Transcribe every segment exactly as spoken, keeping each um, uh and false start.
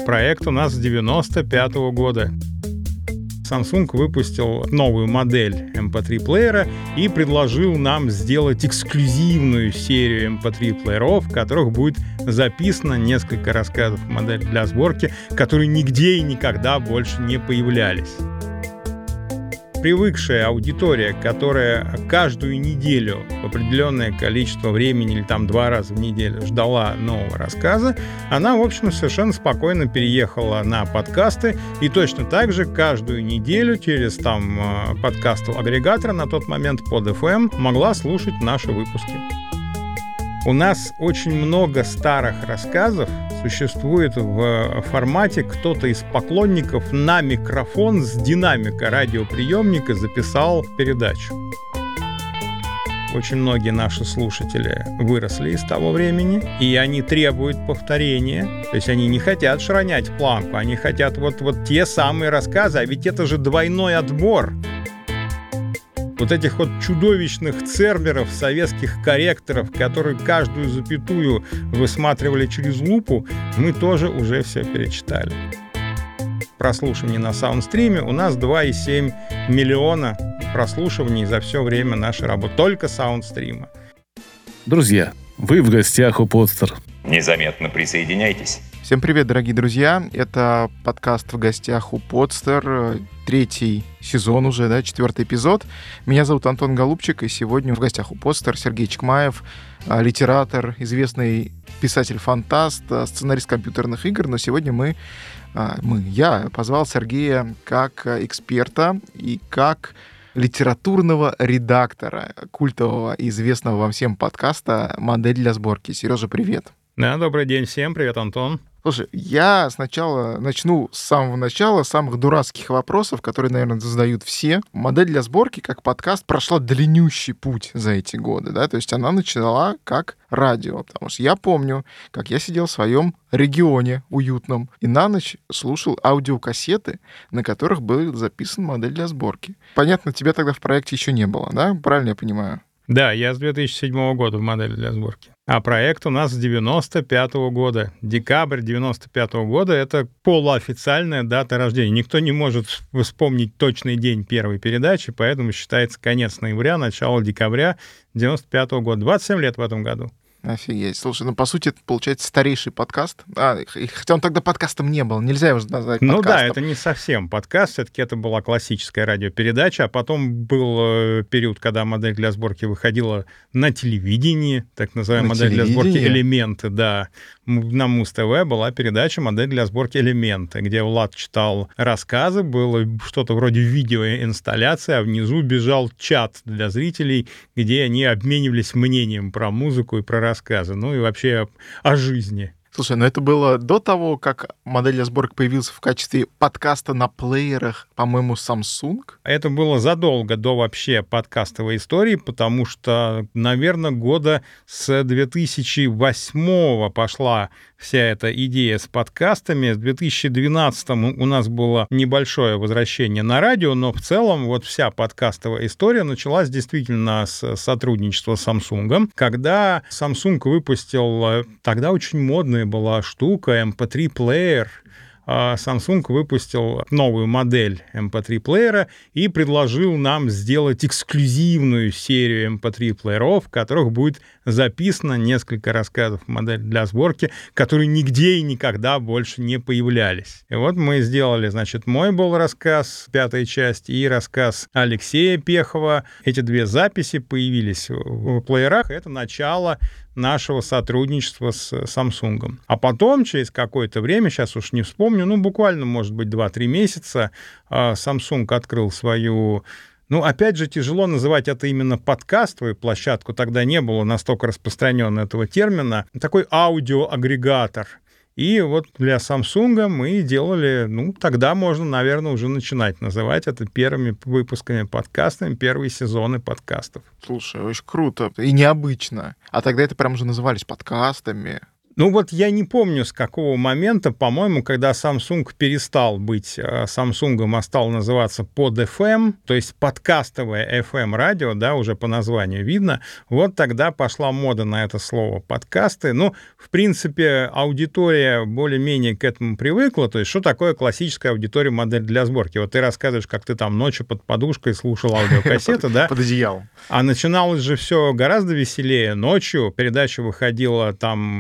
Проект у нас с девяносто пятого года. Samsung выпустил новую модель эм пэ три плеера и предложил нам сделать эксклюзивную серию эм пэ три плееров, в которых будет записано несколько рассказов «Модель для сборки», которые нигде и никогда больше не появлялись. Привыкшая аудитория, которая каждую неделю в определенное количество времени или там два раза в неделю ждала нового рассказа, она, в общем, совершенно спокойно переехала на подкасты и точно так же каждую неделю через там подкаст агрегатора, на тот момент под эф эм, могла слушать наши выпуски. У нас очень много старых рассказов существует в формате, кто-то из поклонников на микрофон с динамика радиоприемника записал передачу. Очень многие наши слушатели выросли из того времени, и они требуют повторения. То есть они не хотят шранять планку, они хотят вот, вот те самые рассказы, а ведь это же двойной отбор. Вот этих вот чудовищных церберов, советских корректоров, которые каждую запятую высматривали через лупу, мы тоже уже все перечитали. Прослушиваний на Саундстриме у нас два и семь миллиона прослушиваний за все время нашей работы. Только Саундстрима. Друзья, вы в гостях у Podster. Незаметно присоединяйтесь. Всем привет, дорогие друзья. Это подкаст «В гостях у Podster», третий сезон уже, да, четвертый эпизод. Меня зовут Антон Голубчик, и сегодня в гостях у Podster Сергей Чекмаев, литератор, известный писатель-фантаст, сценарист компьютерных игр. Но сегодня мы, мы, я позвал Сергея как эксперта и как литературного редактора культового и известного вам всем подкаста «Модель для сборки». Сережа, привет. Да, добрый день всем. Привет, Антон. Слушай, я сначала начну с самого начала, самых дурацких вопросов, которые, наверное, задают все. «Модель для сборки» как подкаст прошла длиннющий путь за эти годы, да, то есть она начала как радио, потому что я помню, как я сидел в своем регионе уютном и на ночь слушал аудиокассеты, на которых был записан «Модель для сборки». Понятно, тебя тогда в проекте еще не было, да? Правильно я понимаю? Да, я с две тысячи седьмого года в «Модели для сборки». А проект у нас с девяносто пятого года. Декабрь девяносто пятого года — это полуофициальная дата рождения. Никто не может вспомнить точный день первой передачи, поэтому считается конец ноября, начало декабря девяносто пятого года. двадцать семь лет в этом году. Офигеть. Слушай, ну, по сути, это, получается, старейший подкаст. А, хотя он тогда подкастом не был. Нельзя его назвать подкастом. Ну да, это не совсем подкаст. Все-таки это была классическая радиопередача. А потом был период, когда «Модель для сборки» выходила на телевидении. Так называемая «Модель для сборки элементы». Да. На Муз-ТВ была передача «Модель для сборки элементы», где Влад читал рассказы. Было что-то вроде видеоинсталляции, а внизу бежал чат для зрителей, где они обменивались мнением про музыку и про рассказы, ну и вообще о, о жизни. Слушай, ну это было до того, как «Модель для сборки» появился в качестве подкаста на плеерах, по-моему, Samsung? Это было задолго до вообще подкастовой истории, потому что, наверное, года с две тысячи восьмого пошла вся эта идея с подкастами. В две тысячи двенадцатом у нас было небольшое возвращение на радио, но в целом вот вся подкастовая история началась действительно с сотрудничества с Samsung, когда Samsung выпустил, тогда очень модная была штука, эм пэ три плеер. Samsung выпустил новую модель эм пэ три плеера и предложил нам сделать эксклюзивную серию эм пэ три плееров, в которых будет записано несколько рассказов «Модель для сборки», которые нигде и никогда больше не появлялись. И вот мы сделали, значит, мой был рассказ, пятая часть, и рассказ Алексея Пехова. Эти две записи появились в плеерах. Это начало нашего сотрудничества с Samsung. А потом, через какое-то время, сейчас уж не вспомню, ну, буквально, может быть, два-три месяца, Samsung открыл свою... Ну, опять же, тяжело называть это именно подкастовую площадку, тогда не было настолько распространен этого термина. Такой аудиоагрегатор. И вот для Samsung мы делали, ну, тогда можно, наверное, уже начинать называть это первыми выпусками подкастами, первые сезоны подкастов. Слушай, очень круто и необычно. А тогда это прям уже назывались подкастами. Ну вот я не помню, с какого момента, по-моему, когда Samsung перестал быть Samsung, а стал называться под эф эм, то есть подкастовое эф эм-радио, да, уже по названию видно, вот тогда пошла мода на это слово «подкасты». Ну, в принципе, аудитория более-менее к этому привыкла, то есть что такое классическая аудитория, модель для сборки? Вот ты рассказываешь, как ты там ночью под подушкой слушал аудиокассеты, да? Под одеялом. А начиналось же все гораздо веселее. Ночью передача выходила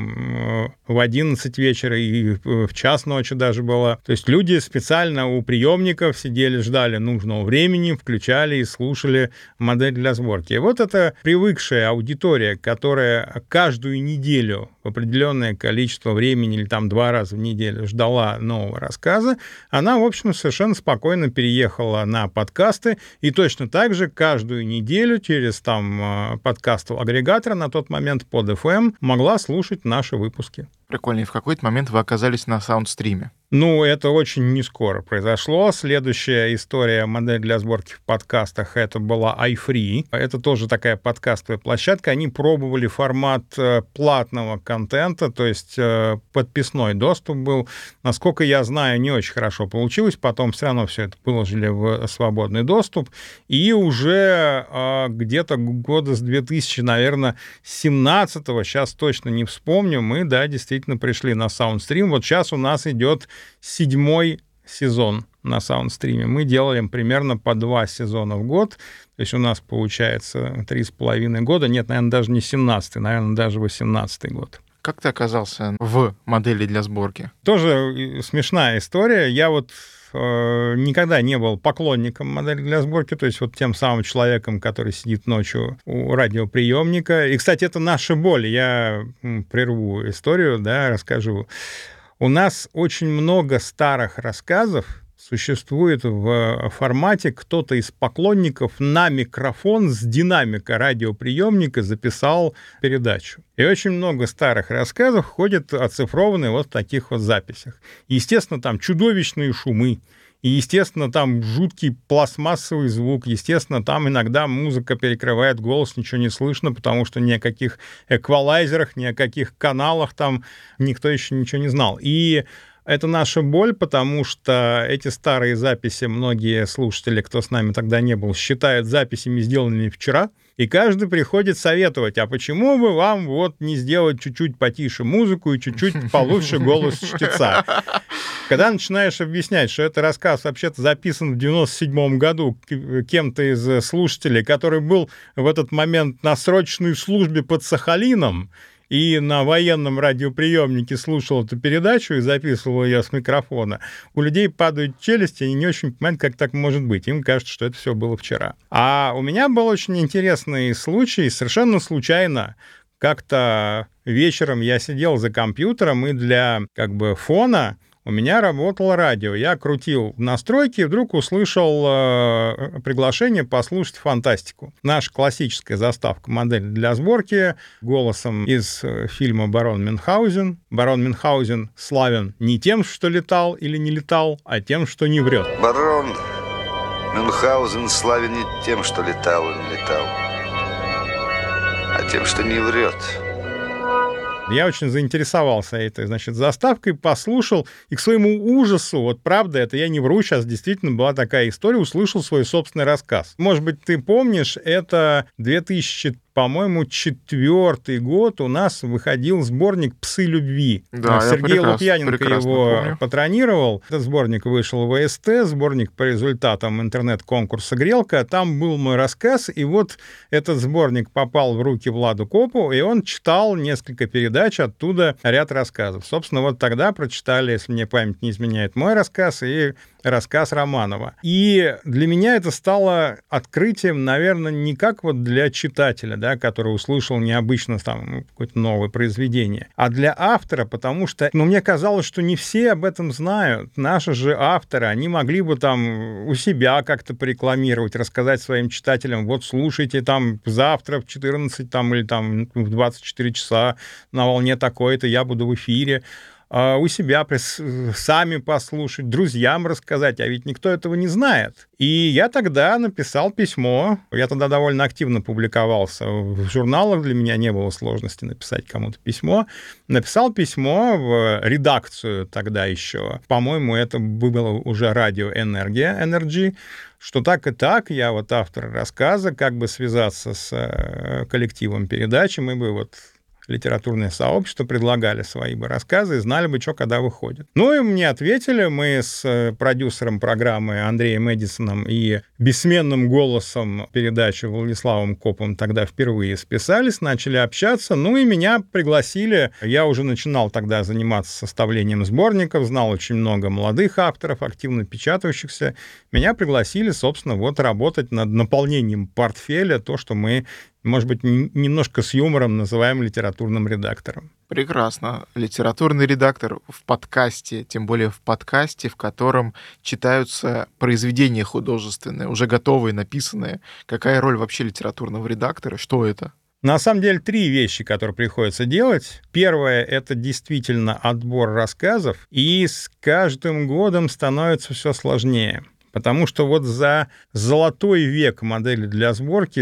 там в одиннадцать вечера и в час ночи даже была. То есть люди специально у приемников сидели, ждали нужного времени, включали и слушали модель для сборки. И вот эта привыкшая аудитория, которая каждую неделю в определенное количество времени или там два раза в неделю ждала нового рассказа, она, в общем, совершенно спокойно переехала на подкасты и точно так же каждую неделю через там подкаст агрегатора на тот момент под эф эм могла слушать наши выпуски. Прикольно. И в какой-то момент вы оказались на саундстриме. Ну, это очень не скоро произошло. Следующая история, модель для сборки в подкастах, это была iFree. Это тоже такая подкастовая площадка. Они пробовали формат платного контента, то есть подписной доступ был. Насколько я знаю, не очень хорошо получилось. Потом все равно все это выложили в свободный доступ. И уже где-то года с две тысячи, наверное, семнадцатого, сейчас точно не вспомню, мы, да, действительно пришли на Soundstream. Вот сейчас у нас идет седьмой сезон на Soundstream. Мы делаем примерно по два сезона в год. То есть у нас получается три с половиной года. Нет, наверное, даже не семнадцатый, наверное, даже восемнадцатый год. Как ты оказался в модели для сборки? Тоже смешная история. Я вот э, никогда не был поклонником модели для сборки, то есть вот тем самым человеком, который сидит ночью у радиоприемника. И, кстати, это наша боль. Я прерву историю, да, расскажу. У нас очень много старых рассказов существует в формате, кто-то из поклонников на микрофон с динамика радиоприемника записал передачу. И очень много старых рассказов ходят оцифрованные вот в таких вот записях. Естественно, там чудовищные шумы, и, естественно, там жуткий пластмассовый звук, естественно, там иногда музыка перекрывает голос, ничего не слышно, потому что ни о каких эквалайзерах, ни о каких каналах там никто еще ничего не знал. И это наша боль, потому что эти старые записи многие слушатели, кто с нами тогда не был, считают записями, сделанными вчера, и каждый приходит советовать, а почему бы вам вот не сделать чуть-чуть потише музыку и чуть-чуть получше голос чтеца? Когда начинаешь объяснять, что этот рассказ вообще-то записан в девяносто седьмом году кем-то из слушателей, который был в этот момент на срочной службе под Сахалином, и на военном радиоприемнике слушал эту передачу и записывал ее с микрофона, у людей падают челюсти, они не очень понимают, как так может быть. Им кажется, что это все было вчера. А у меня был очень интересный случай, совершенно случайно. Как-то вечером я сидел за компьютером, и для как бы фона у меня работало радио. Я крутил настройки и вдруг услышал э, приглашение послушать фантастику. Наша классическая заставка, модель для сборки, голосом из э, фильма «Барон Мюнхгаузен». Барон Мюнхгаузен славен не тем, что летал или не летал, а тем, что не врет. Барон Мюнхгаузен славен не тем, что летал и не летал, а тем, что не врет. Я очень заинтересовался этой, значит, заставкой, послушал, и к своему ужасу, вот правда, это я не вру, сейчас действительно была такая история, услышал свой собственный рассказ. Может быть, ты помнишь, это две тысячи, по-моему, четвертый год у нас выходил сборник «Псы любви». Да, Сергей Лукьяненко его помню. патронировал. Этот сборник вышел в ВСТ, сборник по результатам интернет-конкурса «Грелка». Там был мой рассказ, и вот этот сборник попал в руки Владу Копу, и он читал несколько передач, оттуда ряд рассказов. Собственно, вот тогда прочитали, если мне память не изменяет, мой рассказ и рассказ Романова. И для меня это стало открытием, наверное, не как вот для читателя, да, который услышал необычно там какое-то новое произведение, а для автора, потому что, ну, мне казалось, что не все об этом знают. Наши же авторы, они могли бы там у себя как-то порекламировать, рассказать своим читателям, вот слушайте там завтра в четырнадцать там, или там в двадцать четыре часа на волне такой-то я буду в эфире. а, у себя прис- сами послушать, друзьям рассказать, а ведь никто этого не знает. И я тогда написал письмо, я тогда довольно активно публиковался в журналах, для меня не было сложности написать кому-то письмо, написал письмо в редакцию тогда еще, по-моему, это было уже радио «Энергия», Energy, что так и так, я вот автор рассказа, как бы связаться с коллективом передачи, мы бы вот литературное сообщество предлагали свои бы рассказы и знали бы, что когда выходит. Ну и мне ответили, мы с продюсером программы Андреем Эдисоном и бессменным голосом передачи Владиславом Копом тогда впервые списались, начали общаться, ну и меня пригласили. Я уже начинал тогда заниматься составлением сборников, знал очень много молодых авторов, активно печатающихся. Меня пригласили, собственно, вот работать над наполнением портфеля, то, что мы, может быть, немножко с юмором называем литературным редактором. Прекрасно. Литературный редактор в подкасте, тем более в подкасте, в котором читаются произведения художественные, уже готовые, написанные. Какая роль вообще литературного редактора? Что это? На самом деле три вещи, которые приходится делать. Первое — это действительно отбор рассказов, и с каждым годом становится все сложнее. Потому что вот за золотой век модели для сборки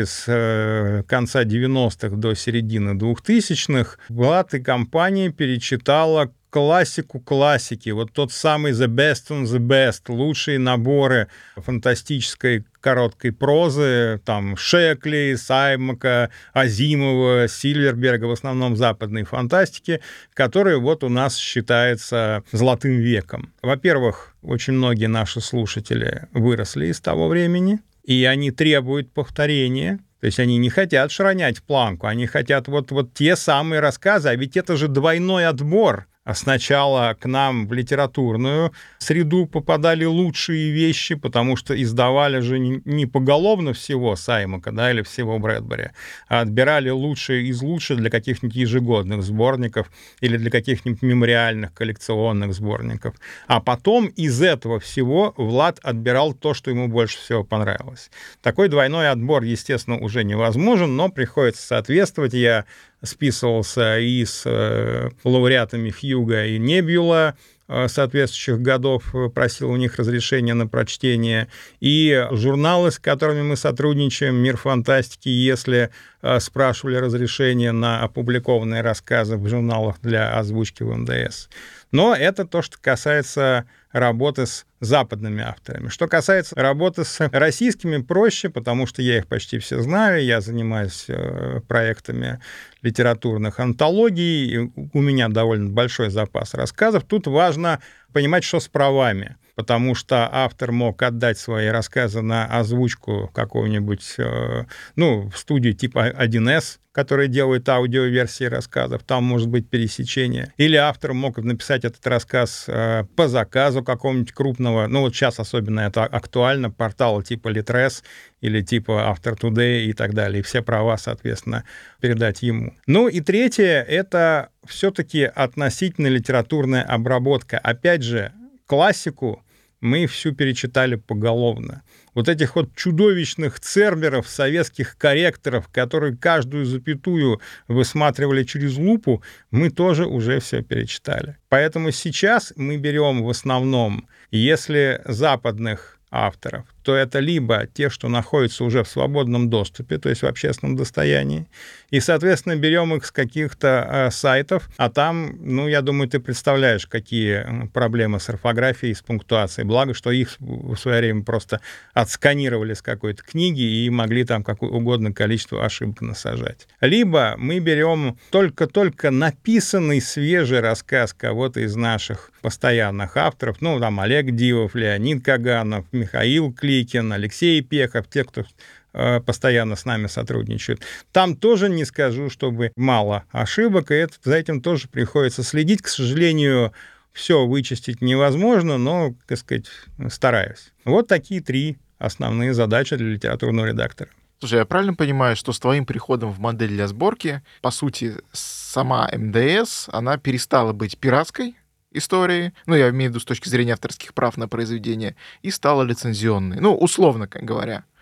с конца девяностых до середины двухтысячных Влад и компания перечитала классику классики, вот тот самый The Best on the Best, лучшие наборы фантастической короткой прозы, там, Шекли, Саймака, Азимова, Сильверберга, в основном западной фантастики, которые вот у нас считается золотым веком. Во-первых, очень многие наши слушатели выросли из того времени, и они требуют повторения. То есть они не хотят шранять планку, они хотят вот, вот те самые рассказы, а ведь это же двойной отбор. А сначала к нам в литературную среду попадали лучшие вещи, потому что издавали же не поголовно всего Саймака, да, или всего Брэдбери, а отбирали лучшие из лучших для каких-нибудь ежегодных сборников или для каких-нибудь мемориальных коллекционных сборников. А потом из этого всего Влад отбирал то, что ему больше всего понравилось. Такой двойной отбор, естественно, уже невозможен, но приходится соответствовать. Я списывался и с э, лауреатами Хьюга и Небюла э, соответствующих годов, просил у них разрешения на прочтение, и журналы, с которыми мы сотрудничаем, «Мир фантастики», если э, спрашивали разрешение на опубликованные рассказы в журналах для озвучки в эм дэ эс. Но это то, что касается работы с западными авторами. Что касается работы с российскими, проще, потому что я их почти все знаю, я занимаюсь э, проектами литературных антологий, и у меня довольно большой запас рассказов. Тут важно понимать, что с правами, потому что автор мог отдать свои рассказы на озвучку какого-нибудь, э, ну, в студию типа один эс, который делает аудиоверсии рассказов, там может быть пересечение. Или автор мог написать этот рассказ э, по заказу какого-нибудь крупного, ну вот сейчас особенно это актуально, портала типа Литрес или типа Автор Today и так далее, и все права, соответственно, передать ему. Ну и третье — это все-таки относительно литературная обработка. Опять же, классику мы всю перечитали поголовно. Вот этих вот чудовищных церберов, советских корректоров, которые каждую запятую высматривали через лупу, мы тоже уже все перечитали. Поэтому сейчас мы берем в основном, если западных авторов, то это либо те, что находятся уже в свободном доступе, то есть в общественном достоянии, и, соответственно, берем их с каких-то э, сайтов, а там, ну, я думаю, ты представляешь, какие проблемы с орфографией, с пунктуацией, благо, что их в свое время просто отсканировали с какой-то книги и могли там какое угодно количество ошибок насажать. Либо мы берем только-только написанный свежий рассказ кого-то из наших постоянных авторов, ну, там, Олег Дивов, Леонид Каганов, Михаил Кликин, Алексей Пехов, те, кто э, постоянно с нами сотрудничают. Там тоже не скажу, чтобы мало ошибок, и это, за этим тоже приходится следить. К сожалению, все вычистить невозможно, но, так сказать, стараюсь. Вот такие три основные задачи для литературного редактора. Слушай, я правильно понимаю, что с твоим приходом в модель для сборки, по сути, сама эм дэ эс, она перестала быть пиратской истории, ну, я имею в виду с точки зрения авторских прав на произведение, и стала лицензионной, ну, условно говоря.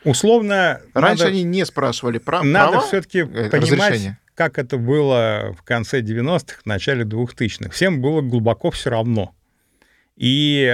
Условно... Раньше надо, они не спрашивали про надо права, все-таки э, понимать, разрешение. как это было в конце девяностых, в начале двухтысячных. Всем было глубоко все равно. И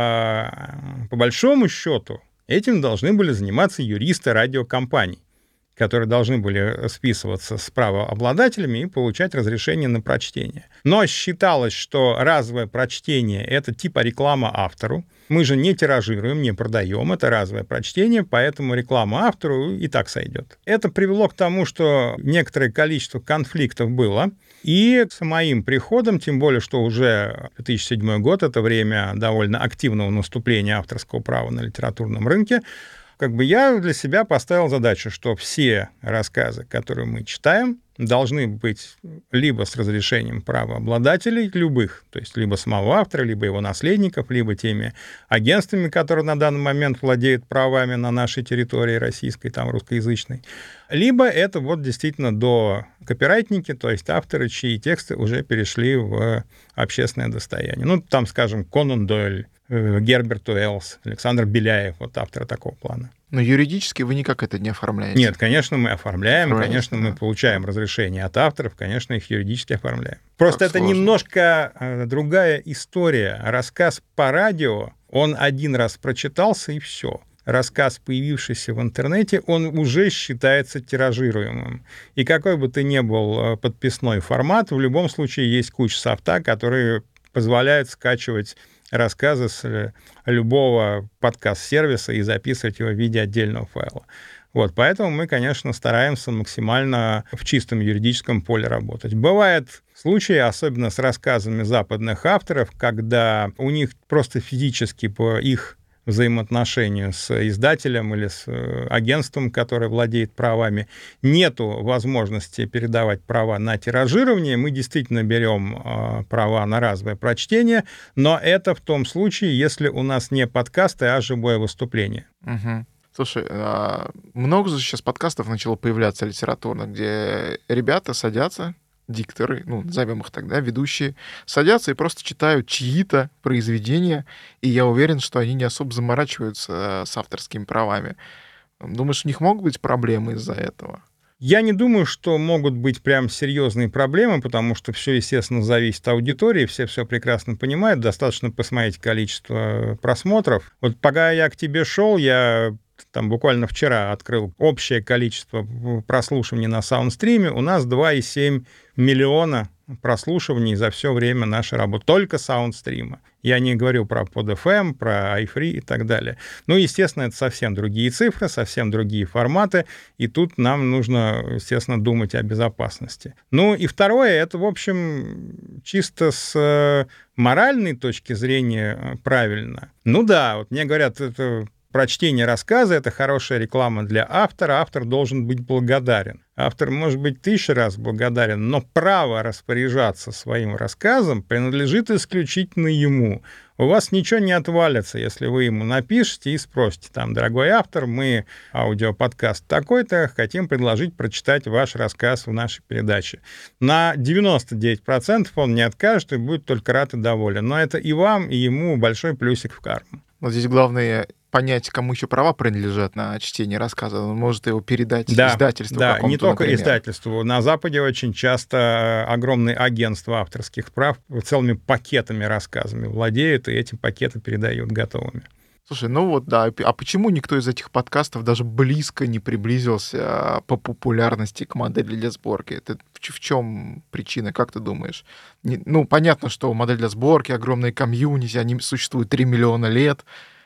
а, по большому счету этим должны были заниматься юристы радиокомпаний, которые должны были списываться с правообладателями и получать разрешение на прочтение. Но считалось, что разовое прочтение — это типа реклама автору. Мы же не тиражируем, не продаем, это разовое прочтение, поэтому реклама автору и так сойдет. Это привело к тому, что некоторое количество конфликтов было, и с моим приходом, тем более, что уже две тысячи седьмой год, это время довольно активного наступления авторского права на литературном рынке, как бы я для себя поставил задачу, что все рассказы, которые мы читаем, должны быть либо с разрешением правообладателей любых, то есть либо самого автора, либо его наследников, либо теми агентствами, которые на данный момент владеют правами на нашей территории российской, там, русскоязычной, либо это вот действительно до копирайтники, то есть авторы, чьи тексты уже перешли в общественное достояние. Ну, там, скажем, Конан Дойль, Герберт Уэллс, Александр Беляев, вот авторы такого плана. Но юридически вы никак это не оформляете? Нет, конечно, мы оформляем, Оформляете, конечно, да. мы получаем разрешение от авторов, конечно, их юридически оформляем. Просто Как это сложно. немножко э, другая история. Рассказ по радио, он один раз прочитался, и все. Рассказ, появившийся в интернете, он уже считается тиражируемым. И какой бы ты ни был подписной формат, в любом случае есть куча софта, которые позволяют скачивать рассказы с любого подкаст-сервиса и записывать его в виде отдельного файла. Вот, поэтому мы, конечно, стараемся максимально в чистом юридическом поле работать. Бывают случаи, особенно с рассказами западных авторов, когда у них просто физически по их взаимоотношению с издателем или с агентством, которое владеет правами, нету возможности передавать права на тиражирование. Мы действительно берем э, права на разовое прочтение, но это в том случае, если у нас не подкасты, а живое выступление. Угу. Слушай, а много же сейчас подкастов начало появляться литературно, где ребята садятся, дикторы, ну, назовем их тогда, ведущие, садятся и просто читают чьи-то произведения, и я уверен, что они не особо заморачиваются с авторскими правами. Думаешь, у них могут быть проблемы из-за этого? Я не думаю, что могут быть прям серьезные проблемы, потому что все, естественно, зависит от аудитории, все все прекрасно понимают, достаточно посмотреть количество просмотров. Вот пока я к тебе шел, я там буквально вчера открыл общее количество прослушиваний на Саундстриме, у нас два и семь миллиона прослушиваний за все время нашей работы, только Саундстрима. Я не говорю про под эф эм, про iFree и так далее. Ну, естественно, это совсем другие цифры, совсем другие форматы, и тут нам нужно, естественно, думать о безопасности. Ну, и второе, это, в общем, чисто с моральной точки зрения правильно. Ну да, вот мне говорят, это... Прочтение рассказа — это хорошая реклама для автора. Автор должен быть благодарен. Автор может быть тысячу раз благодарен, но право распоряжаться своим рассказом принадлежит исключительно ему. У вас ничего не отвалится, если вы ему напишете и спросите, там, дорогой автор, мы аудиоподкаст такой-то, хотим предложить прочитать ваш рассказ в нашей передаче. На девяносто девять процентов он не откажет и будет только рад и доволен. Но это и вам, и ему большой плюсик в карму. Вот здесь главное понять, кому еще права принадлежат на чтение рассказа. Он может его передать да, издательству да, какому-то, не только например. издательству. На Западе очень часто огромные агентства авторских прав целыми пакетами рассказами владеют, и эти пакеты передают готовыми. Слушай, ну вот да, а почему никто из этих подкастов даже близко не приблизился по популярности к модели для сборки? Это в чем причина, как ты думаешь? Не, ну, понятно, что модель для сборки, огромные комьюнити, они существуют три миллиона лет,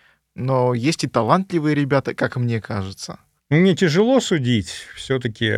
но есть и талантливые ребята, как мне кажется. Мне тяжело судить, все-таки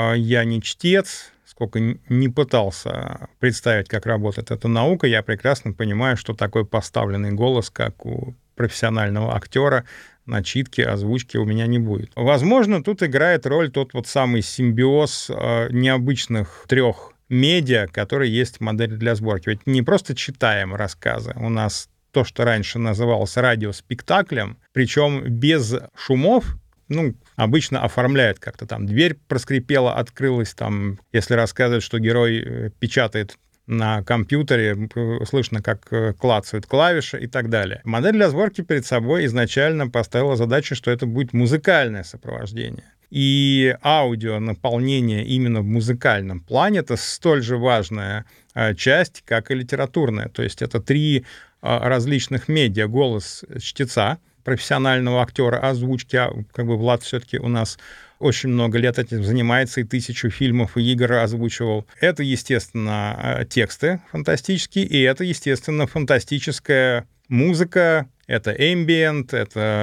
я не чтец, сколько не пытался представить, как работает эта наука, я прекрасно понимаю, что такой поставленный голос, как у профессионального актера, начитки, озвучки у меня не будет. Возможно, тут играет роль тот вот самый симбиоз необычных трех медиа, которые есть в модели для сборки. Ведь не просто читаем рассказы, у нас то, что раньше называлось радиоспектаклем, причем без шумов. Ну, обычно оформляют как-то там. Дверь проскрипела, открылась, там, если рассказывают, что герой печатает на компьютере, слышно, как клацают клавиши и так далее. Модель для сборки перед собой изначально поставила задачу, что это будет музыкальное сопровождение. И аудио наполнение именно в музыкальном плане — это столь же важная часть, как и литературная. То есть это три различных медиа: голос чтеца, профессионального актера озвучки, а как бы Влад все-таки у нас очень много лет этим занимается и тысячу фильмов и игр озвучивал. Это, естественно, тексты фантастические, и это, естественно, фантастическая музыка. Это эмбиент,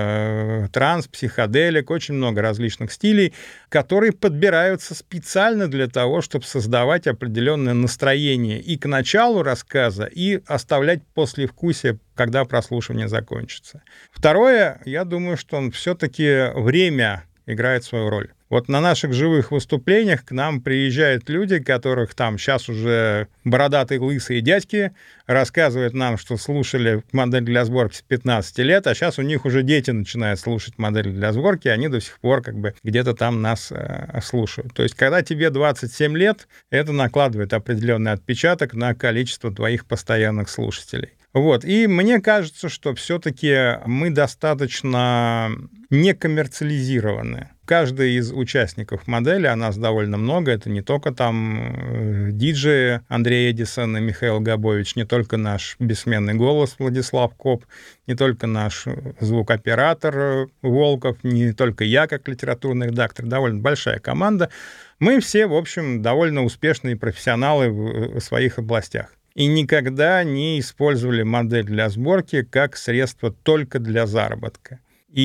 это транс, психоделик, очень много различных стилей, которые подбираются специально для того, чтобы создавать определенное настроение и к началу рассказа, и оставлять послевкусие, когда прослушивание закончится. Второе, я думаю, что он все-таки время играет свою роль. Вот на наших живых выступлениях к нам приезжают люди, которых там сейчас уже бородатые лысые дядьки рассказывают нам, что слушали модель для сборки с пятнадцати лет, а сейчас у них уже дети начинают слушать модель для сборки, они до сих пор как бы где-то там нас э, слушают. То есть когда тебе двадцать семь лет, это накладывает определенный отпечаток на количество твоих постоянных слушателей. Вот. И мне кажется, что все-таки мы достаточно некоммерциализированы. Каждый из участников модели, а нас довольно много, это не только там диджеи Андрей Эдисон и Михаил Габович, не только наш бессменный голос Владислав Коп, не только наш звукоператор Волков, не только я как литературный редактор, довольно большая команда. Мы все, в общем, довольно успешные профессионалы в своих областях. И никогда не использовали модель для сборки как средство только для заработка.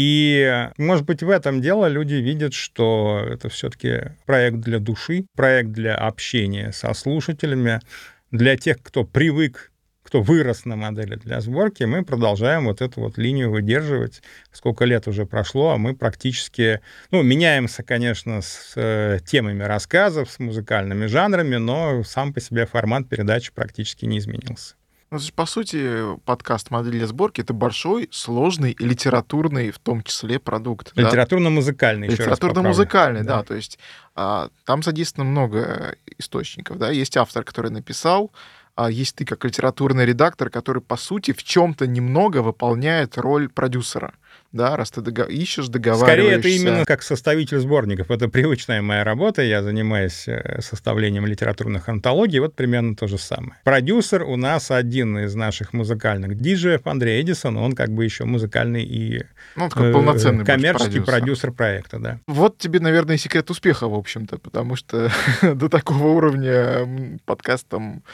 И, может быть, в этом дело люди видят, что это все-таки проект для души, проект для общения со слушателями, для тех, кто привык, кто вырос на модели для сборки. Мы продолжаем вот эту вот линию выдерживать. Сколько лет уже прошло, а мы практически, ну, меняемся, конечно, с э, темами рассказов, с музыкальными жанрами, но сам по себе формат передачи практически не изменился. Ну, по сути, подкаст «Модель для сборки» — это большой, сложный и литературный, в том числе, продукт. Литературно-музыкальный, да? еще Литературно-музыкальный, раз поправлю. да. То есть а, там задействовано много источников, да. Есть автор, который написал, а есть ты как литературный редактор, который, по сути, в чем-то немного выполняет роль продюсера. Да, раз ты догов... ищешь, договариваешься. Скорее, это именно как составитель сборников. Это привычная моя работа. Я занимаюсь составлением литературных антологий. Вот примерно то же самое. Продюсер у нас один из наших музыкальных диджеев, Андрей Эдисон. Он как бы еще музыкальный и ну, как полноценный коммерческий продюсер. продюсер проекта. Да. Вот тебе, наверное, секрет успеха, в общем-то, потому что до такого уровня подкастом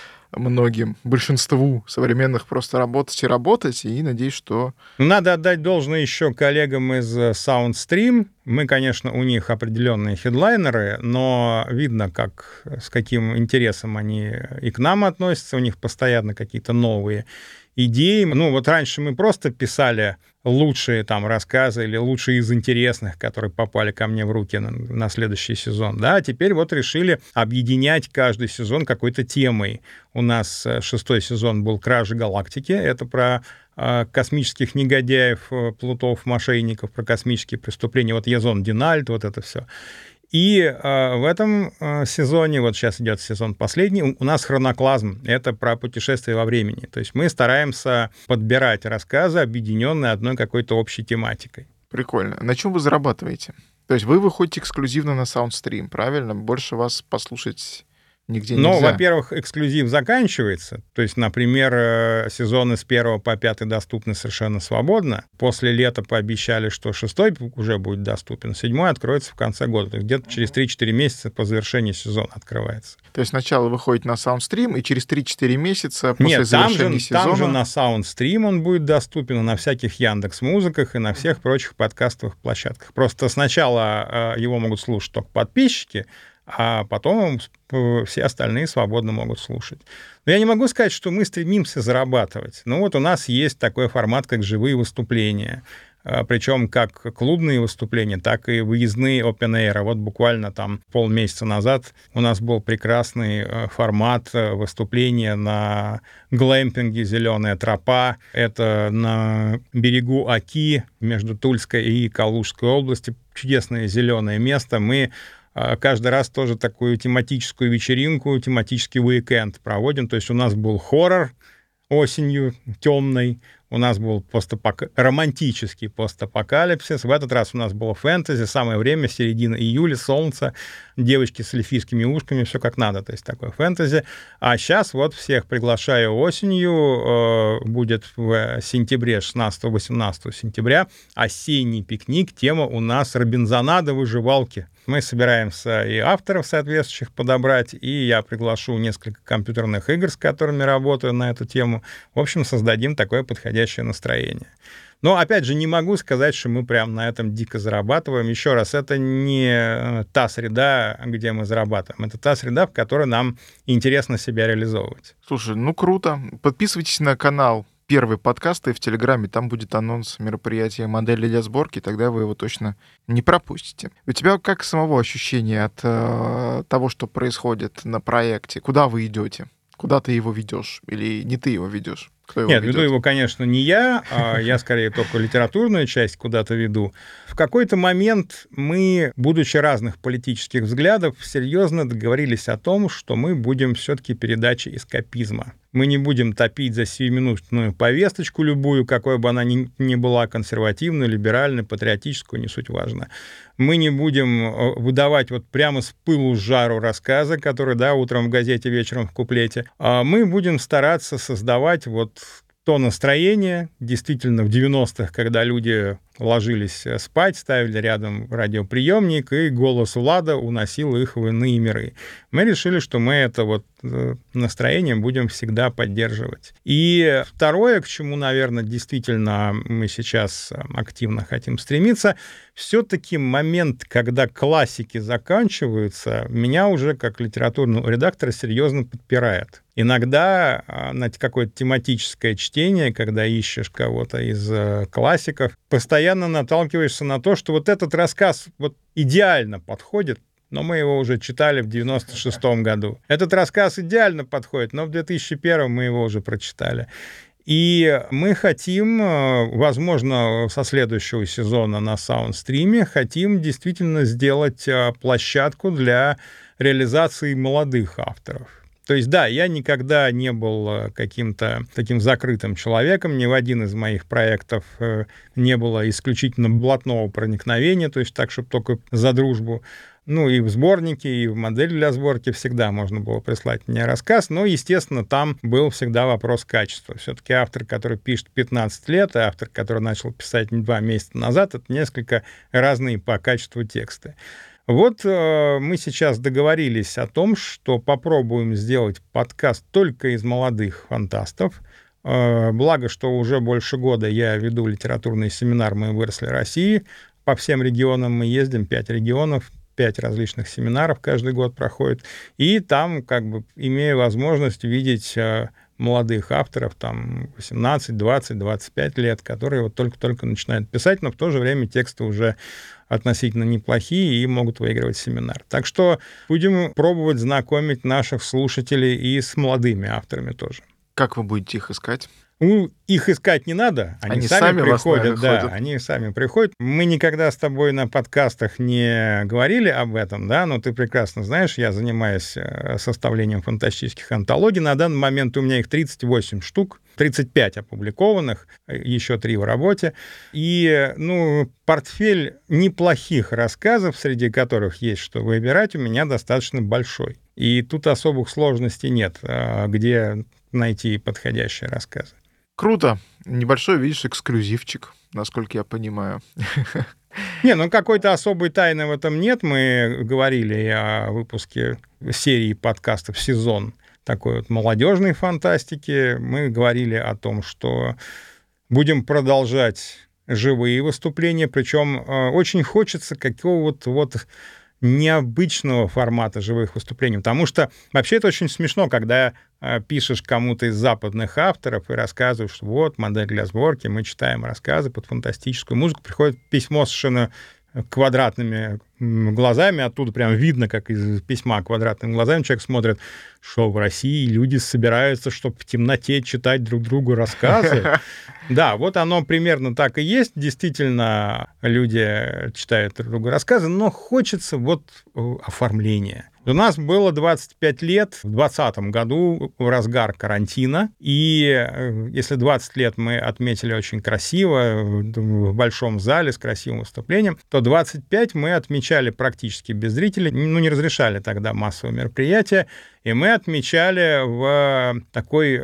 многим, большинству современных просто работать и работать, и надеюсь, что... Надо отдать должное еще коллегам из SoundStream. Мы, конечно, у них определенные хедлайнеры, но видно, как, с каким интересом они и к нам относятся. У них постоянно какие-то новые идеи. Ну, вот раньше мы просто писали лучшие там рассказы или лучшие из интересных, которые попали ко мне в руки на, на следующий сезон. Да, а теперь вот решили объединять каждый сезон какой-то темой. У нас шестой сезон был «Кражи галактики». Это про э, космических негодяев, плутов, мошенников, про космические преступления. Вот Язон Динальд, вот это все. И э, в этом э, сезоне, вот сейчас идет сезон последний, у, у нас хроноклазм. Это про путешествие во времени. То есть мы стараемся подбирать рассказы, объединенные одной какой-то общей тематикой. Прикольно. На чем вы зарабатываете? То есть вы выходите эксклюзивно на SoundStream, правильно? Больше вас послушать нигде нельзя. Ну, во-первых, эксклюзив заканчивается. То есть, например, сезоны с первого по пятый доступны совершенно свободно. После лета пообещали, что шестой уже будет доступен. Седьмой откроется в конце года. То есть где-то через три-четыре месяца по завершении сезона открывается. То есть сначала выходит на SoundStream, и через три-четыре месяца после Нет, завершения там же, сезона... там же на SoundStream он будет доступен, и на всяких Яндекс.Музыках, и на всех прочих подкастовых площадках. Просто сначала его могут слушать только подписчики, а потом все остальные свободно могут слушать. Но я не могу сказать, что мы стремимся зарабатывать. Ну вот у нас есть такой формат, как живые выступления. Причем как клубные выступления, так и выездные open air. Вот буквально там полмесяца назад у нас был прекрасный формат выступления на глэмпинге «Зеленая тропа». Это на берегу Оки между Тульской и Калужской области. Чудесное зеленое место. Мы каждый раз тоже такую тематическую вечеринку, тематический уикенд проводим. То есть у нас был хоррор осенью темный, у нас был постапок... романтический постапокалипсис. В этот раз у нас было фэнтези, самое время, середина июля, солнце, девочки с эльфийскими ушками, все как надо, то есть такое фэнтези. А сейчас вот всех приглашаю осенью, э, будет в сентябре, шестнадцатого-восемнадцатого сентября, осенний пикник, тема у нас «Робинзонада, выживалки». Мы собираемся и авторов соответствующих подобрать, и я приглашу несколько компьютерных игр, с которыми работаю на эту тему. В общем, создадим такое подходящее настроение. Но, опять же, не могу сказать, что мы прям на этом дико зарабатываем. Еще раз, это не та среда, где мы зарабатываем. Это та среда, в которой нам интересно себя реализовывать. Слушай, ну круто. Подписывайтесь на канал «Первый подкаст» и в Телеграме. Там будет анонс мероприятия «Модели для сборки», тогда вы его точно не пропустите. У тебя как самого ощущение от э, того, что происходит на проекте? Куда вы идете? Куда ты его ведешь? Или не ты его ведешь? Кто его Нет, ведет? веду его, конечно, не я, а я скорее только литературную часть куда-то веду. В какой-то момент мы, будучи разных политических взглядов, серьезно договорились о том, что мы будем все-таки передачей эскапизма. Мы не будем топить за сиюминутную повесточку любую, какой бы она ни, ни была, консервативную, либеральную, патриотическую, не суть важно. Мы не будем выдавать вот прямо с пылу с жару рассказы, которые, да, утром в газете, вечером в куплете. А мы будем стараться создавать вот то настроение, действительно, в девяностых, когда люди ложились спать, ставили рядом радиоприемник, и голос Влада уносил их в иные миры. Мы решили, что мы это вот настроение будем всегда поддерживать. И второе, к чему, наверное, действительно мы сейчас активно хотим стремиться, все-таки момент, когда классики заканчиваются, меня уже как литературного редактора серьезно подпирает. Иногда на какое-то тематическое чтение, когда ищешь кого-то из классиков, постоянно наталкиваешься на то, что вот этот рассказ вот идеально подходит, но мы его уже читали в девяносто шестом году. Этот рассказ идеально подходит, но в две тысячи первом мы его уже прочитали. И мы хотим, возможно, со следующего сезона на Саундстриме, хотим действительно сделать площадку для реализации молодых авторов. То есть, да, я никогда не был каким-то таким закрытым человеком, ни в один из моих проектов не было исключительно блатного проникновения, то есть так, чтобы только за дружбу. Ну, и в сборнике, и в модели для сборки всегда можно было прислать мне рассказ, но, естественно, там был всегда вопрос качества. Все-таки автор, который пишет пятнадцать лет, и автор, который начал писать два месяца назад, это несколько разные по качеству тексты. Вот э, мы сейчас договорились о том, что попробуем сделать подкаст только из молодых фантастов. Э, благо, что уже больше года я веду литературный семинар «Мы выросли России». По всем регионам мы ездим, пять регионов, пять различных семинаров каждый год проходит. И там, как бы, имея возможность видеть э, молодых авторов, там, восемнадцать, двадцать, двадцать пять лет, которые вот только-только начинают писать, но в то же время тексты уже относительно неплохие и могут выигрывать семинар. Так что будем пробовать знакомить наших слушателей и с молодыми авторами тоже. Как вы будете их искать? Ну, их искать не надо, они, они сами, сами приходят, вас да, находят. они сами приходят. Мы никогда с тобой на подкастах не говорили об этом, да, но ты прекрасно знаешь, я занимаюсь составлением фантастических антологий. На данный момент у меня их тридцать восемь штук, тридцать пять опубликованных, еще три в работе. И, ну, портфель неплохих рассказов, среди которых есть что выбирать, у меня достаточно большой. И тут особых сложностей нет, где найти подходящие рассказы. Круто. Небольшой, видишь, эксклюзивчик, насколько я понимаю. Не, ну какой-то особой тайны в этом нет. Мы говорили о выпуске серии подкастов «Сезон» такой вот молодежной фантастики. Мы говорили о том, что будем продолжать живые выступления, причем очень хочется какого-то вот необычного формата живых выступлений, потому что вообще это очень смешно, когда э, пишешь кому-то из западных авторов и рассказываешь, что вот, модель для сборки, мы читаем рассказы под фантастическую музыку, приходит письмо совершенно квадратными глазами, оттуда прям видно, как из письма квадратными глазами человек смотрит, что в России люди собираются, чтобы в темноте читать друг другу рассказы. Да, вот оно примерно так и есть. Действительно, люди читают друг другу рассказы, но хочется вот оформления. У нас было двадцать пять лет в двадцатом году, в разгар карантина, и если двадцать лет мы отметили очень красиво, в большом зале с красивым выступлением, то двадцать пять мы отмечали практически без зрителей, ну, не разрешали тогда массовые мероприятия, и мы отмечали в такой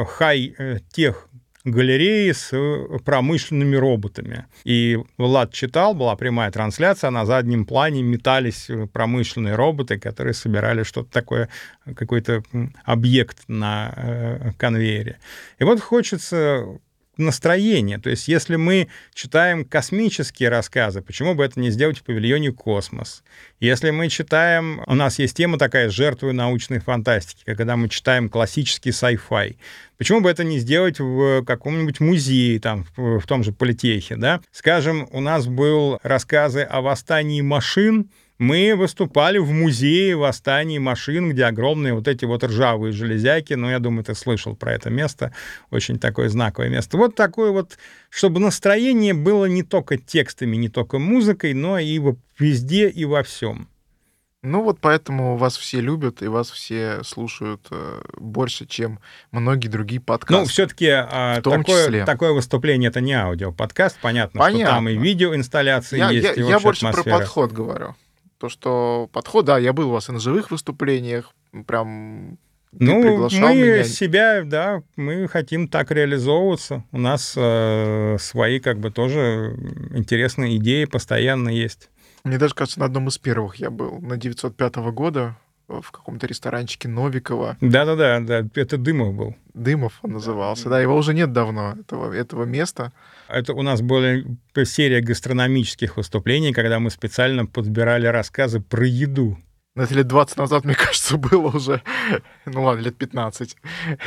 хай-тех галереи с промышленными роботами. И Влад читал, была прямая трансляция, а на заднем плане метались промышленные роботы, которые собирали что-то такое, какой-то объект на конвейере. И вот хочется настроение. То есть если мы читаем космические рассказы, почему бы это не сделать в павильоне «Космос»? Если мы читаем... У нас есть тема такая «Жертвы научной фантастики», когда мы читаем классический sci-fi. Почему бы это не сделать в каком-нибудь музее, там, в том же Политехе, да? Скажем, у нас был рассказы о восстании машин. Мы выступали в музее восстания машин, где огромные вот эти вот ржавые железяки. Ну, я думаю, ты слышал про это место. Очень такое знаковое место. Вот такое вот, чтобы настроение было не только текстами, не только музыкой, но и везде и во всем. Ну вот поэтому вас все любят и вас все слушают э, больше, чем многие другие подкасты. Ну, все-таки э, такое, такое выступление — это не аудиоподкаст. Понятно, Понятно, что там и видеоинсталляции я, есть, я, и я больше атмосфера. Про подход говорю. То, что подход, да, я был у вас и на живых выступлениях, прям ты ну, приглашал мы меня. себя, да, мы хотим так реализовываться. У нас э, свои, как бы, тоже интересные идеи постоянно есть. Мне даже кажется, на одном из первых я был, на девятьсот пятого года, в каком-то ресторанчике Новикова. Да-да-да, да, это Дымов был. Дымов он назывался, да, его уже нет давно, этого, этого места. Это у нас была серия гастрономических выступлений, когда мы специально подбирали рассказы про еду. Это лет двадцать назад, мне кажется, было уже. Ну ладно, лет пятнадцать.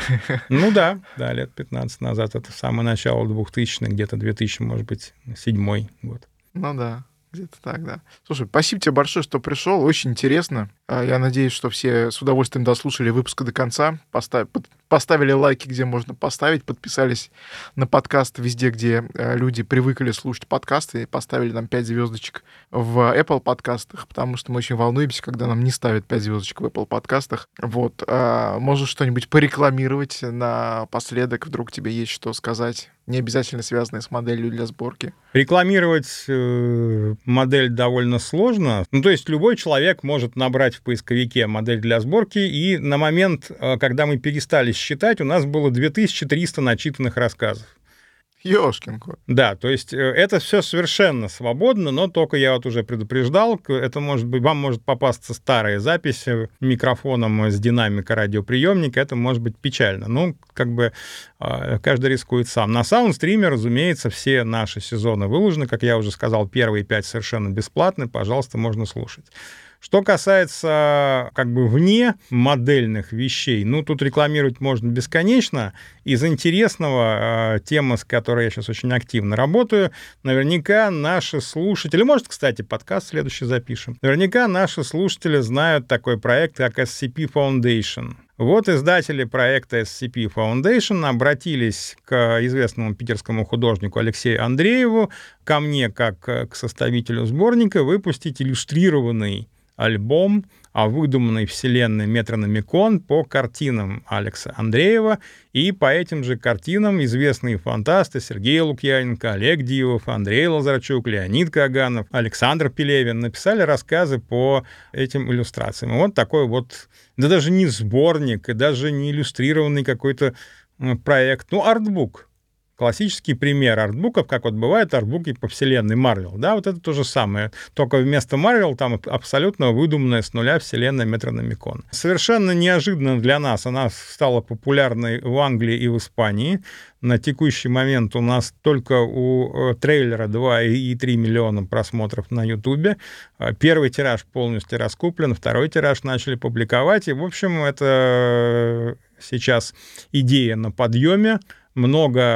Ну да, да, лет пятнадцать назад. Это самое начало двухтысячных, где-то две тысячи, может быть, седьмой год. Ну да. Где-то так, да. Слушай, спасибо тебе большое, что пришел. Очень интересно. Я надеюсь, что все с удовольствием дослушали выпуск до конца. Постав... Поставили лайки, где можно поставить. Подписались на подкаст везде, где люди привыкли слушать подкасты. И поставили нам пять звездочек в Apple подкастах, потому что мы очень волнуемся, когда нам не ставят пять звездочек в Apple подкастах. Вот. Можешь что-нибудь порекламировать напоследок? Вдруг тебе есть что сказать? Не обязательно связанное с моделью для сборки. Рекламировать э, модель довольно сложно. Ну, то есть любой человек может набрать в поисковике модель для сборки, и на момент, э, когда мы перестали считать, у нас было две тысячи триста начитанных рассказов. Ёшкин кот. Да, то есть это все совершенно свободно, но только я вот уже предупреждал, это может быть, вам может попасться старая запись микрофоном с динамика радиоприемника, это может быть печально. Ну, как бы каждый рискует сам. На Саундстриме, разумеется, все наши сезоны выложены, как я уже сказал, первые пять совершенно бесплатны, пожалуйста, можно слушать. Что касается как бы вне модельных вещей, ну, тут рекламировать можно бесконечно. Из интересного, э, тема, с которой я сейчас очень активно работаю, наверняка наши слушатели, может, кстати, подкаст следующий запишем, наверняка наши слушатели знают такой проект, как эс си пи Foundation. Вот издатели проекта эс си пи Foundation обратились к известному питерскому художнику Алексею Андрееву, ко мне, как к составителю сборника, выпустить иллюстрированный альбом о выдуманной вселенной Метрономикон по картинам Алекса Андреева, и по этим же картинам известные фантасты Сергей Лукьяненко, Олег Дивов, Андрей Лазарчук, Леонид Каганов, Александр Пелевин написали рассказы по этим иллюстрациям. Вот такой вот, да даже не сборник, и даже не иллюстрированный какой-то проект, ну, артбук. Классический пример артбуков, как вот бывают артбуки по вселенной Марвел. Да, вот это то же самое. Только вместо Марвел там абсолютно выдуманная с нуля вселенная Метрономикон. Совершенно неожиданно для нас она стала популярной в Англии и в Испании. На текущий момент у нас только у трейлера два и три миллиона просмотров на Ютубе. Первый тираж полностью раскуплен, второй тираж начали публиковать. И, в общем, это сейчас идея на подъеме. Много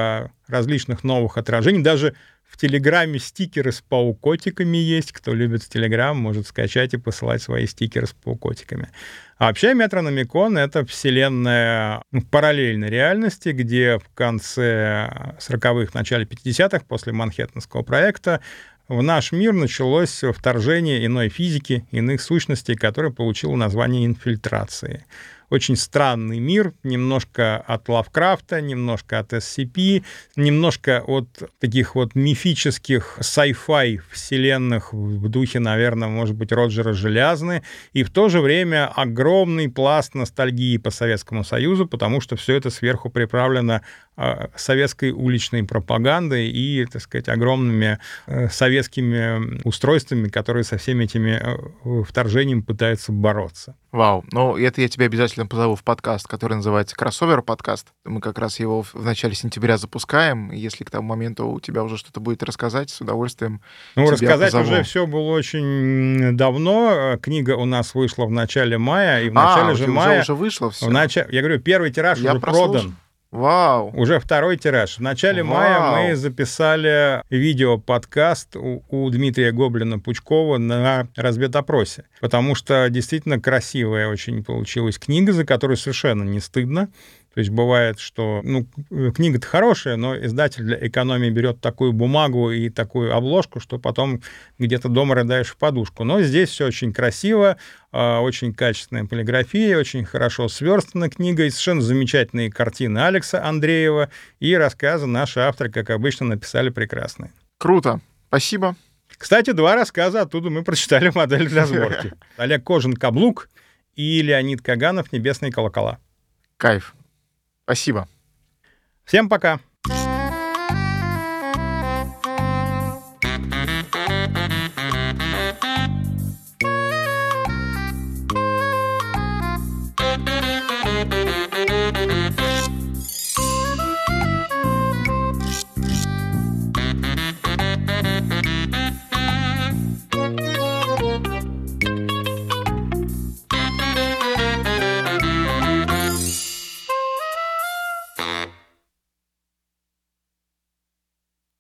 различных новых отражений. Даже в Телеграме стикеры с паукотиками есть. Кто любит Телеграм, может скачать и посылать свои стикеры с паукотиками. А вообще Метрономикон — это вселенная параллельной реальности, где в конце сороковых, начале пятидесятых, после Манхэттенского проекта, в наш мир началось вторжение иной физики, иных сущностей, которое получило название инфильтрации. Очень странный мир, немножко от Лавкрафта, немножко от эс си пи, немножко от таких вот мифических sci-fi вселенных в духе, наверное, может быть, Роджера Желязны, и в то же время огромный пласт ностальгии по Советскому Союзу, потому что все это сверху приправлено э, советской уличной пропагандой и, так сказать, огромными э, советскими устройствами, которые со всеми этими э, вторжениями пытаются бороться. Вау, ну это я тебя обязательно позову в подкаст, который называется «Кроссовер подкаст». Мы как раз его в начале сентября запускаем, и если к тому моменту у тебя уже что-то будет рассказать, с удовольствием Ну, тебя рассказать позову. уже все было очень давно. Книга у нас вышла в начале мая, и в начале а, же уже, мая... уже вышло все? В нач... Я говорю, первый тираж Я уже прослушал. продан. Вау. Уже второй тираж. В начале Вау. мая мы записали видео-подкаст у, у Дмитрия Гоблина-Пучкова на разведопросе, потому что действительно красивая очень получилась книга, за которую совершенно не стыдно. То есть бывает, что ну, книга-то хорошая, но издатель для экономии берет такую бумагу и такую обложку, что потом где-то дома рыдаешь в подушку. Но здесь все очень красиво, очень качественная полиграфия, очень хорошо сверстана книга, и совершенно замечательные картины Алекса Андреева, и рассказы наши авторы, как обычно, написали прекрасные. Круто. Спасибо. Кстати, два рассказа оттуда мы прочитали «Модель для сборки». Олег Кожин «Каблук» и Леонид Каганов «Небесные колокола». Кайф. Спасибо. Всем пока.